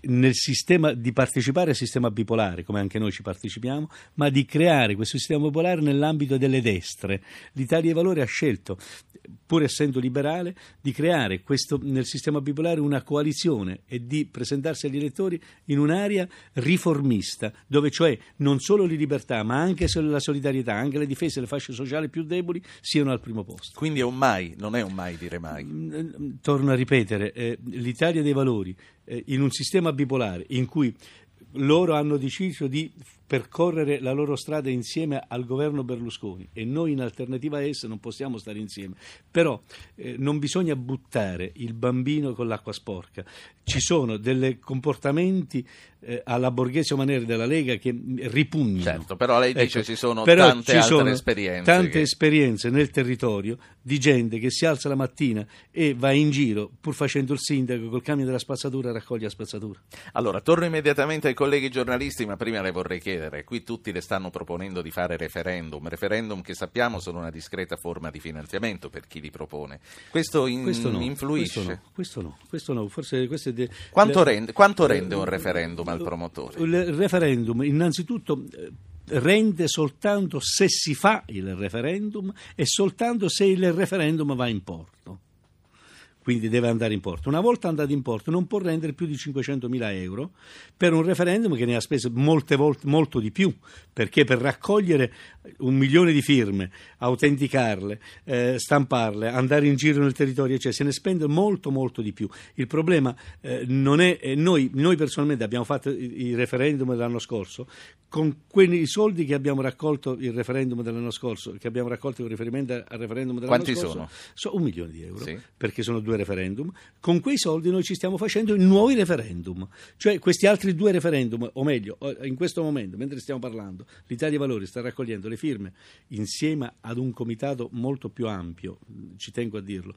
partecipare al sistema bipolare, come anche noi ci partecipiamo, ma di creare questo sistema bipolare nell'ambito delle destre. L'Italia dei Valori ha scelto, pur essendo liberale, di creare nel sistema bipolare una coalizione e di presentarsi agli elettori in un'area riformista, dove cioè non solo le libertà, ma anche la solidarietà, anche le difese delle fasce sociali più deboli siano al primo posto. Quindi è un mai, non è un mai dire mai. Torno a ripetere, l'Italia dei Valori in un sistema bipolare in cui loro hanno deciso di percorrere la loro strada insieme al governo Berlusconi e noi in alternativa a essa non possiamo stare insieme, però non bisogna buttare il bambino con l'acqua sporca. Ci sono dei comportamenti alla Borghezio Manera della Lega che ripugnano. Certo, però lei dice ci sono tante altre esperienze. Tante esperienze nel territorio di gente che si alza la mattina e va in giro, pur facendo il sindaco, col camion della spazzatura raccoglie la spazzatura. Allora, torno immediatamente ai colleghi giornalisti, ma prima le vorrei chiedere, qui tutti le stanno proponendo di fare referendum che sappiamo sono una discreta forma di finanziamento per chi li propone. Questo influisce? Questo no. Forse Quanto rende un referendum al promotore? Il referendum innanzitutto rende soltanto se si fa il referendum e soltanto se il referendum va in porto. Quindi deve andare in porto. Una volta andato in porto non può rendere più di 500.000 euro per un referendum che ne ha speso molte volte molto di più, perché per raccogliere 1 milione di firme, autenticarle, stamparle, andare in giro nel territorio, cioè se ne spende molto di più. Il problema non è noi personalmente abbiamo fatto il referendum dell'anno scorso con quei soldi che abbiamo raccolto il referendum dell'anno scorso, che abbiamo raccolto con riferimento al referendum dell'anno scorso. Quanti sono? 1 milione di euro, sì. Perché sono 2 referendum. Con quei soldi noi ci stiamo facendo i nuovi referendum, cioè questi altri 2 referendum, o meglio, in questo momento, mentre stiamo parlando, l'Italia dei Valori sta raccogliendo le firme insieme ad un comitato molto più ampio, ci tengo a dirlo,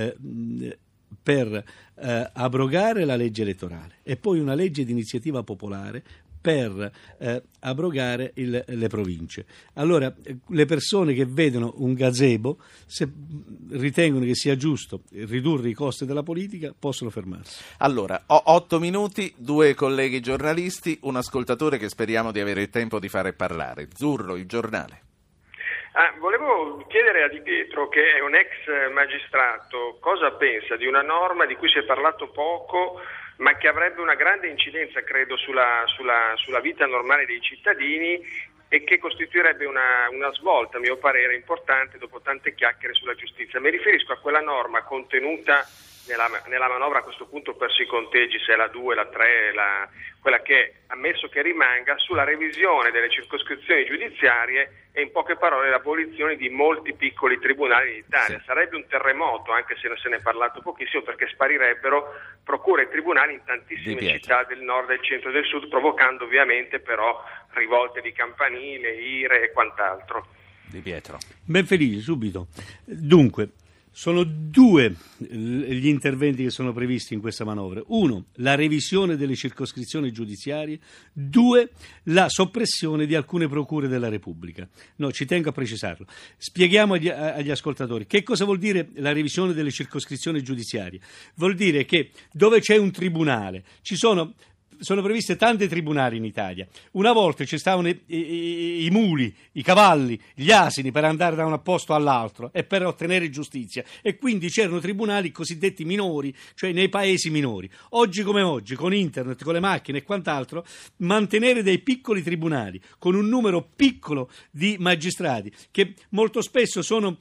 per abrogare la legge elettorale e poi una legge di iniziativa popolare per abrogare le province. Allora, le persone che vedono un gazebo, se ritengono che sia giusto ridurre i costi della politica, possono fermarsi. Allora, ho 8 minuti, 2 colleghi giornalisti, un ascoltatore che speriamo di avere il tempo di fare parlare. Zurlo, il giornale. Volevo chiedere a Di Pietro, che è un ex magistrato, cosa pensa di una norma di cui si è parlato poco, ma che avrebbe una grande incidenza, credo, sulla vita normale dei cittadini e che costituirebbe una svolta, a mio parere, importante dopo tante chiacchiere sulla giustizia. Mi riferisco a quella norma contenuta nella manovra a questo punto persi i conteggi, se è la 2, la 3, quella che è, ammesso che rimanga, sulla revisione delle circoscrizioni giudiziarie e in poche parole l'abolizione di molti piccoli tribunali in Italia. Sarebbe un terremoto, anche se se ne è parlato pochissimo, perché sparirebbero procure e tribunali in tantissime città del nord, del centro e del sud, provocando ovviamente però rivolte di campanile, ire e quant'altro. Di Pietro. Ben felice, subito. Dunque, sono due gli interventi che sono previsti in questa manovra. Uno, la revisione delle circoscrizioni giudiziarie. Due, la soppressione di alcune procure della Repubblica. No, ci tengo a precisarlo. Spieghiamo agli ascoltatori che cosa vuol dire la revisione delle circoscrizioni giudiziarie. Vuol dire che dove c'è un tribunale sono previste tante tribunali in Italia. Una volta ci stavano i muli, i cavalli, gli asini per andare da un posto all'altro e per ottenere giustizia, e quindi c'erano tribunali cosiddetti minori, cioè nei paesi minori. Oggi come oggi, con internet, con le macchine e quant'altro, mantenere dei piccoli tribunali con un numero piccolo di magistrati che molto spesso sono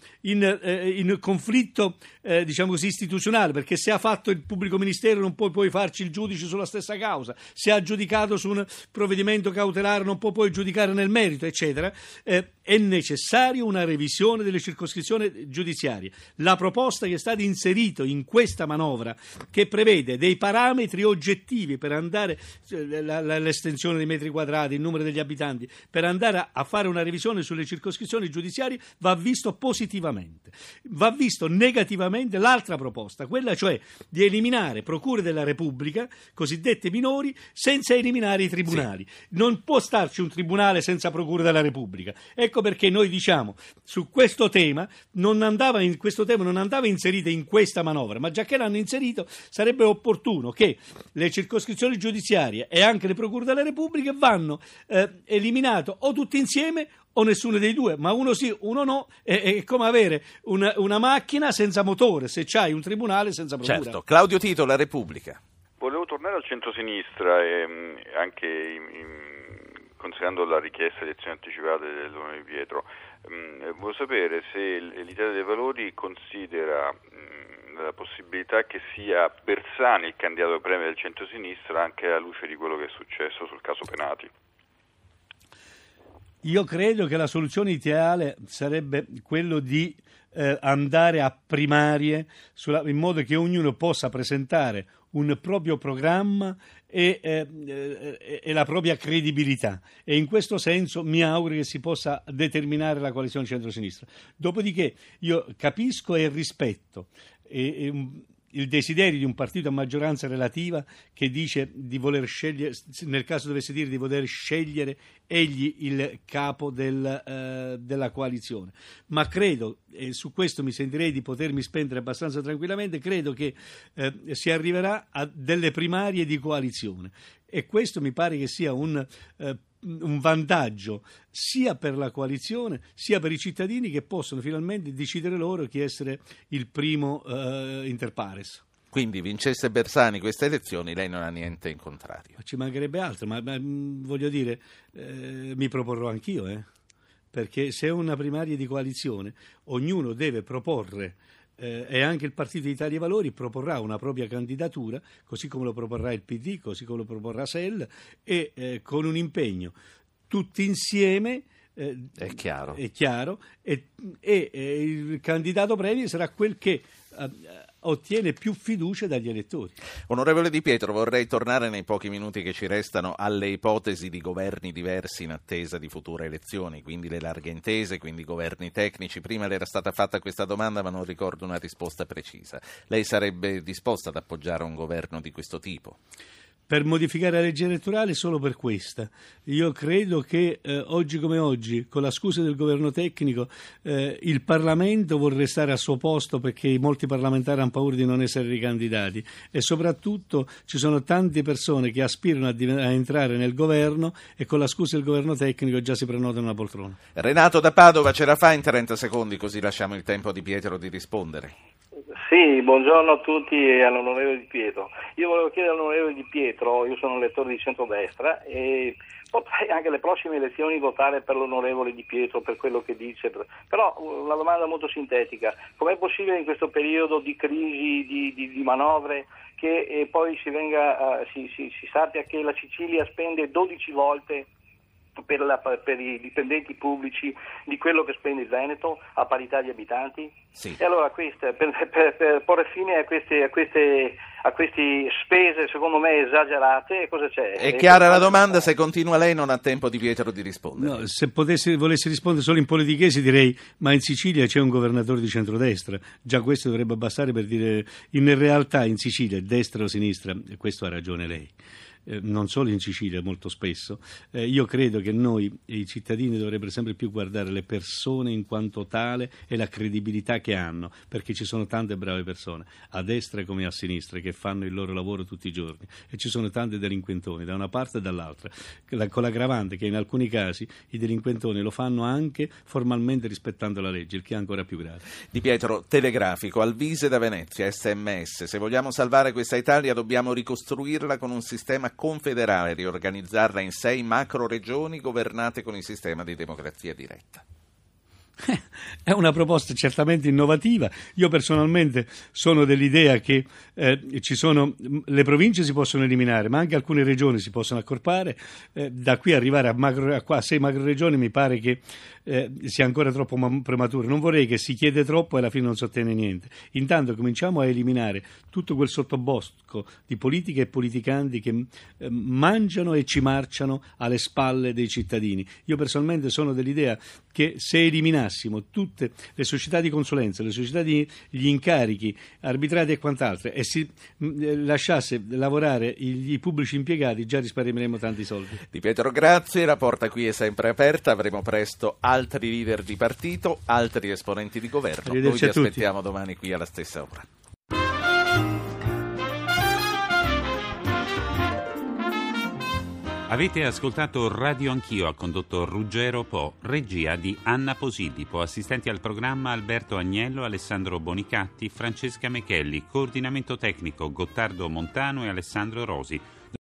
in conflitto diciamo così istituzionale, perché se ha fatto il pubblico ministero non puoi poi farci il giudice sulla stessa causa, se ha giudicato su un provvedimento cautelare non può poi giudicare nel merito, eccetera. È necessaria una revisione delle circoscrizioni giudiziarie. La proposta che è stata inserita in questa manovra, che prevede dei parametri oggettivi per andare l'estensione dei metri quadrati, il numero degli abitanti, per andare a fare una revisione sulle circoscrizioni giudiziarie, va visto positivamente. Va visto negativamente l'altra proposta, quella cioè di eliminare procure della Repubblica, cosiddette minori, senza eliminare i tribunali. Non può starci un tribunale senza procure della Repubblica. Ecco perché noi diciamo su questo tema non andava inserita in questa manovra, ma già che l'hanno inserito sarebbe opportuno che le circoscrizioni giudiziarie e anche le procure della Repubblica vanno eliminate o tutte insieme o nessuno dei due, ma uno sì, uno no. È come avere una macchina senza motore, se c'hai un tribunale senza procura. Certo. Claudio Tito, La Repubblica. Volevo tornare al centro-sinistra e anche considerando la richiesta di elezioni anticipate dell'Unione di Pietro. Volevo sapere se l'Italia dei Valori considera la possibilità che sia Bersani il candidato premier del centro-sinistra, anche alla luce di quello che è successo sul caso Penati. Io credo che la soluzione ideale sarebbe quello di andare a primarie in modo che ognuno possa presentare un proprio programma e la propria credibilità, e in questo senso mi auguro che si possa determinare la coalizione centro-sinistra. Dopodiché io capisco e rispetto il desiderio di un partito a maggioranza relativa che dice di voler scegliere, nel caso dovesse dire di voler scegliere egli il capo della coalizione, ma credo, e su questo mi sentirei di potermi spendere abbastanza tranquillamente, credo che si arriverà a delle primarie di coalizione, e questo mi pare che sia un vantaggio sia per la coalizione sia per i cittadini, che possono finalmente decidere loro chi essere il primo inter pares. Quindi vincesse Bersani queste elezioni, lei non ha niente in contrario? Ci mancherebbe altro, ma voglio dire, mi proporrò anch'io, perché se è una primaria di coalizione ognuno deve proporre, e anche il Partito Italia dei Valori proporrà una propria candidatura, così come lo proporrà il PD, così come lo proporrà SEL, e con un impegno tutti insieme. È chiaro. E il candidato premier sarà quel che ottiene più fiducia dagli elettori. Onorevole Di Pietro, vorrei tornare nei pochi minuti che ci restano alle ipotesi di governi diversi in attesa di future elezioni, quindi le larghe intese, quindi governi tecnici. Prima le era stata fatta questa domanda, ma non ricordo una risposta precisa. Lei sarebbe disposta ad appoggiare un governo di questo tipo? Per modificare la legge elettorale solo per questa. Io credo che oggi come oggi, con la scusa del governo tecnico, il Parlamento vuole restare al suo posto perché molti parlamentari hanno paura di non essere ricandidati, e soprattutto ci sono tante persone che aspirano a entrare nel governo e con la scusa del governo tecnico già si prenotano una poltrona. Renato da Padova ce la fa in 30 secondi, così lasciamo il tempo a Di Pietro di rispondere. Sì, buongiorno a tutti e all'onorevole Di Pietro. Io volevo chiedere all'onorevole Di Pietro, io sono un elettore di centrodestra e potrei anche alle prossime elezioni votare per l'onorevole Di Pietro per quello che dice, però una domanda molto sintetica: com'è possibile in questo periodo di crisi, di manovre, che poi si sappia che la Sicilia spende 12 volte per i dipendenti pubblici di quello che spende il Veneto a parità di abitanti? Sì. E allora per porre fine a queste spese secondo me esagerate, cosa c'è? È chiara la domanda, se continua lei non ha tempo Di Pietro di rispondere. No, se volessi rispondere solo in politichese direi: ma in Sicilia c'è un governatore di centrodestra, già questo dovrebbe bastare per dire in realtà in Sicilia destra o sinistra, e questo ha ragione lei. Non solo in Sicilia, molto spesso. Io credo che noi e i cittadini dovrebbero sempre più guardare le persone in quanto tale e la credibilità che hanno, perché ci sono tante brave persone, a destra come a sinistra, che fanno il loro lavoro tutti i giorni, e ci sono tanti delinquentoni da una parte e dall'altra, con l'aggravante che in alcuni casi i delinquentoni lo fanno anche formalmente rispettando la legge, il che è ancora più grave. Di Pietro, telegrafico, Alvise da Venezia, SMS: se vogliamo salvare questa Italia dobbiamo ricostruirla con un sistema confederale, riorganizzarla in 6 macro regioni governate con il sistema di democrazia diretta. È una proposta certamente innovativa. Io personalmente sono dell'idea che le province si possono eliminare, ma anche alcune regioni si possono accorpare. Da qui arrivare a 6 macro regioni mi pare che sia ancora troppo prematuro. Non vorrei che si chiede troppo e alla fine non si ottiene niente. Intanto cominciamo a eliminare tutto quel sottobosco di politiche e politicanti che mangiano e ci marciano alle spalle dei cittadini. Io personalmente sono dell'idea che se eliminassimo tutte le società di consulenza, le società gli incarichi arbitrati e quant'altro, e si lasciasse lavorare i pubblici impiegati, già risparmieremo tanti soldi. Di Pietro, grazie. La porta qui è sempre aperta. Avremo presto altri leader di partito, altri esponenti di governo. Noi vi aspettiamo domani qui alla stessa ora. Avete ascoltato Radio Anch'io, ha condotto Ruggero Po, regia di Anna Posillipo, assistenti al programma Alberto Agnello, Alessandro Bonicatti, Francesca Mechelli, coordinamento tecnico Gottardo Montano e Alessandro Rosi.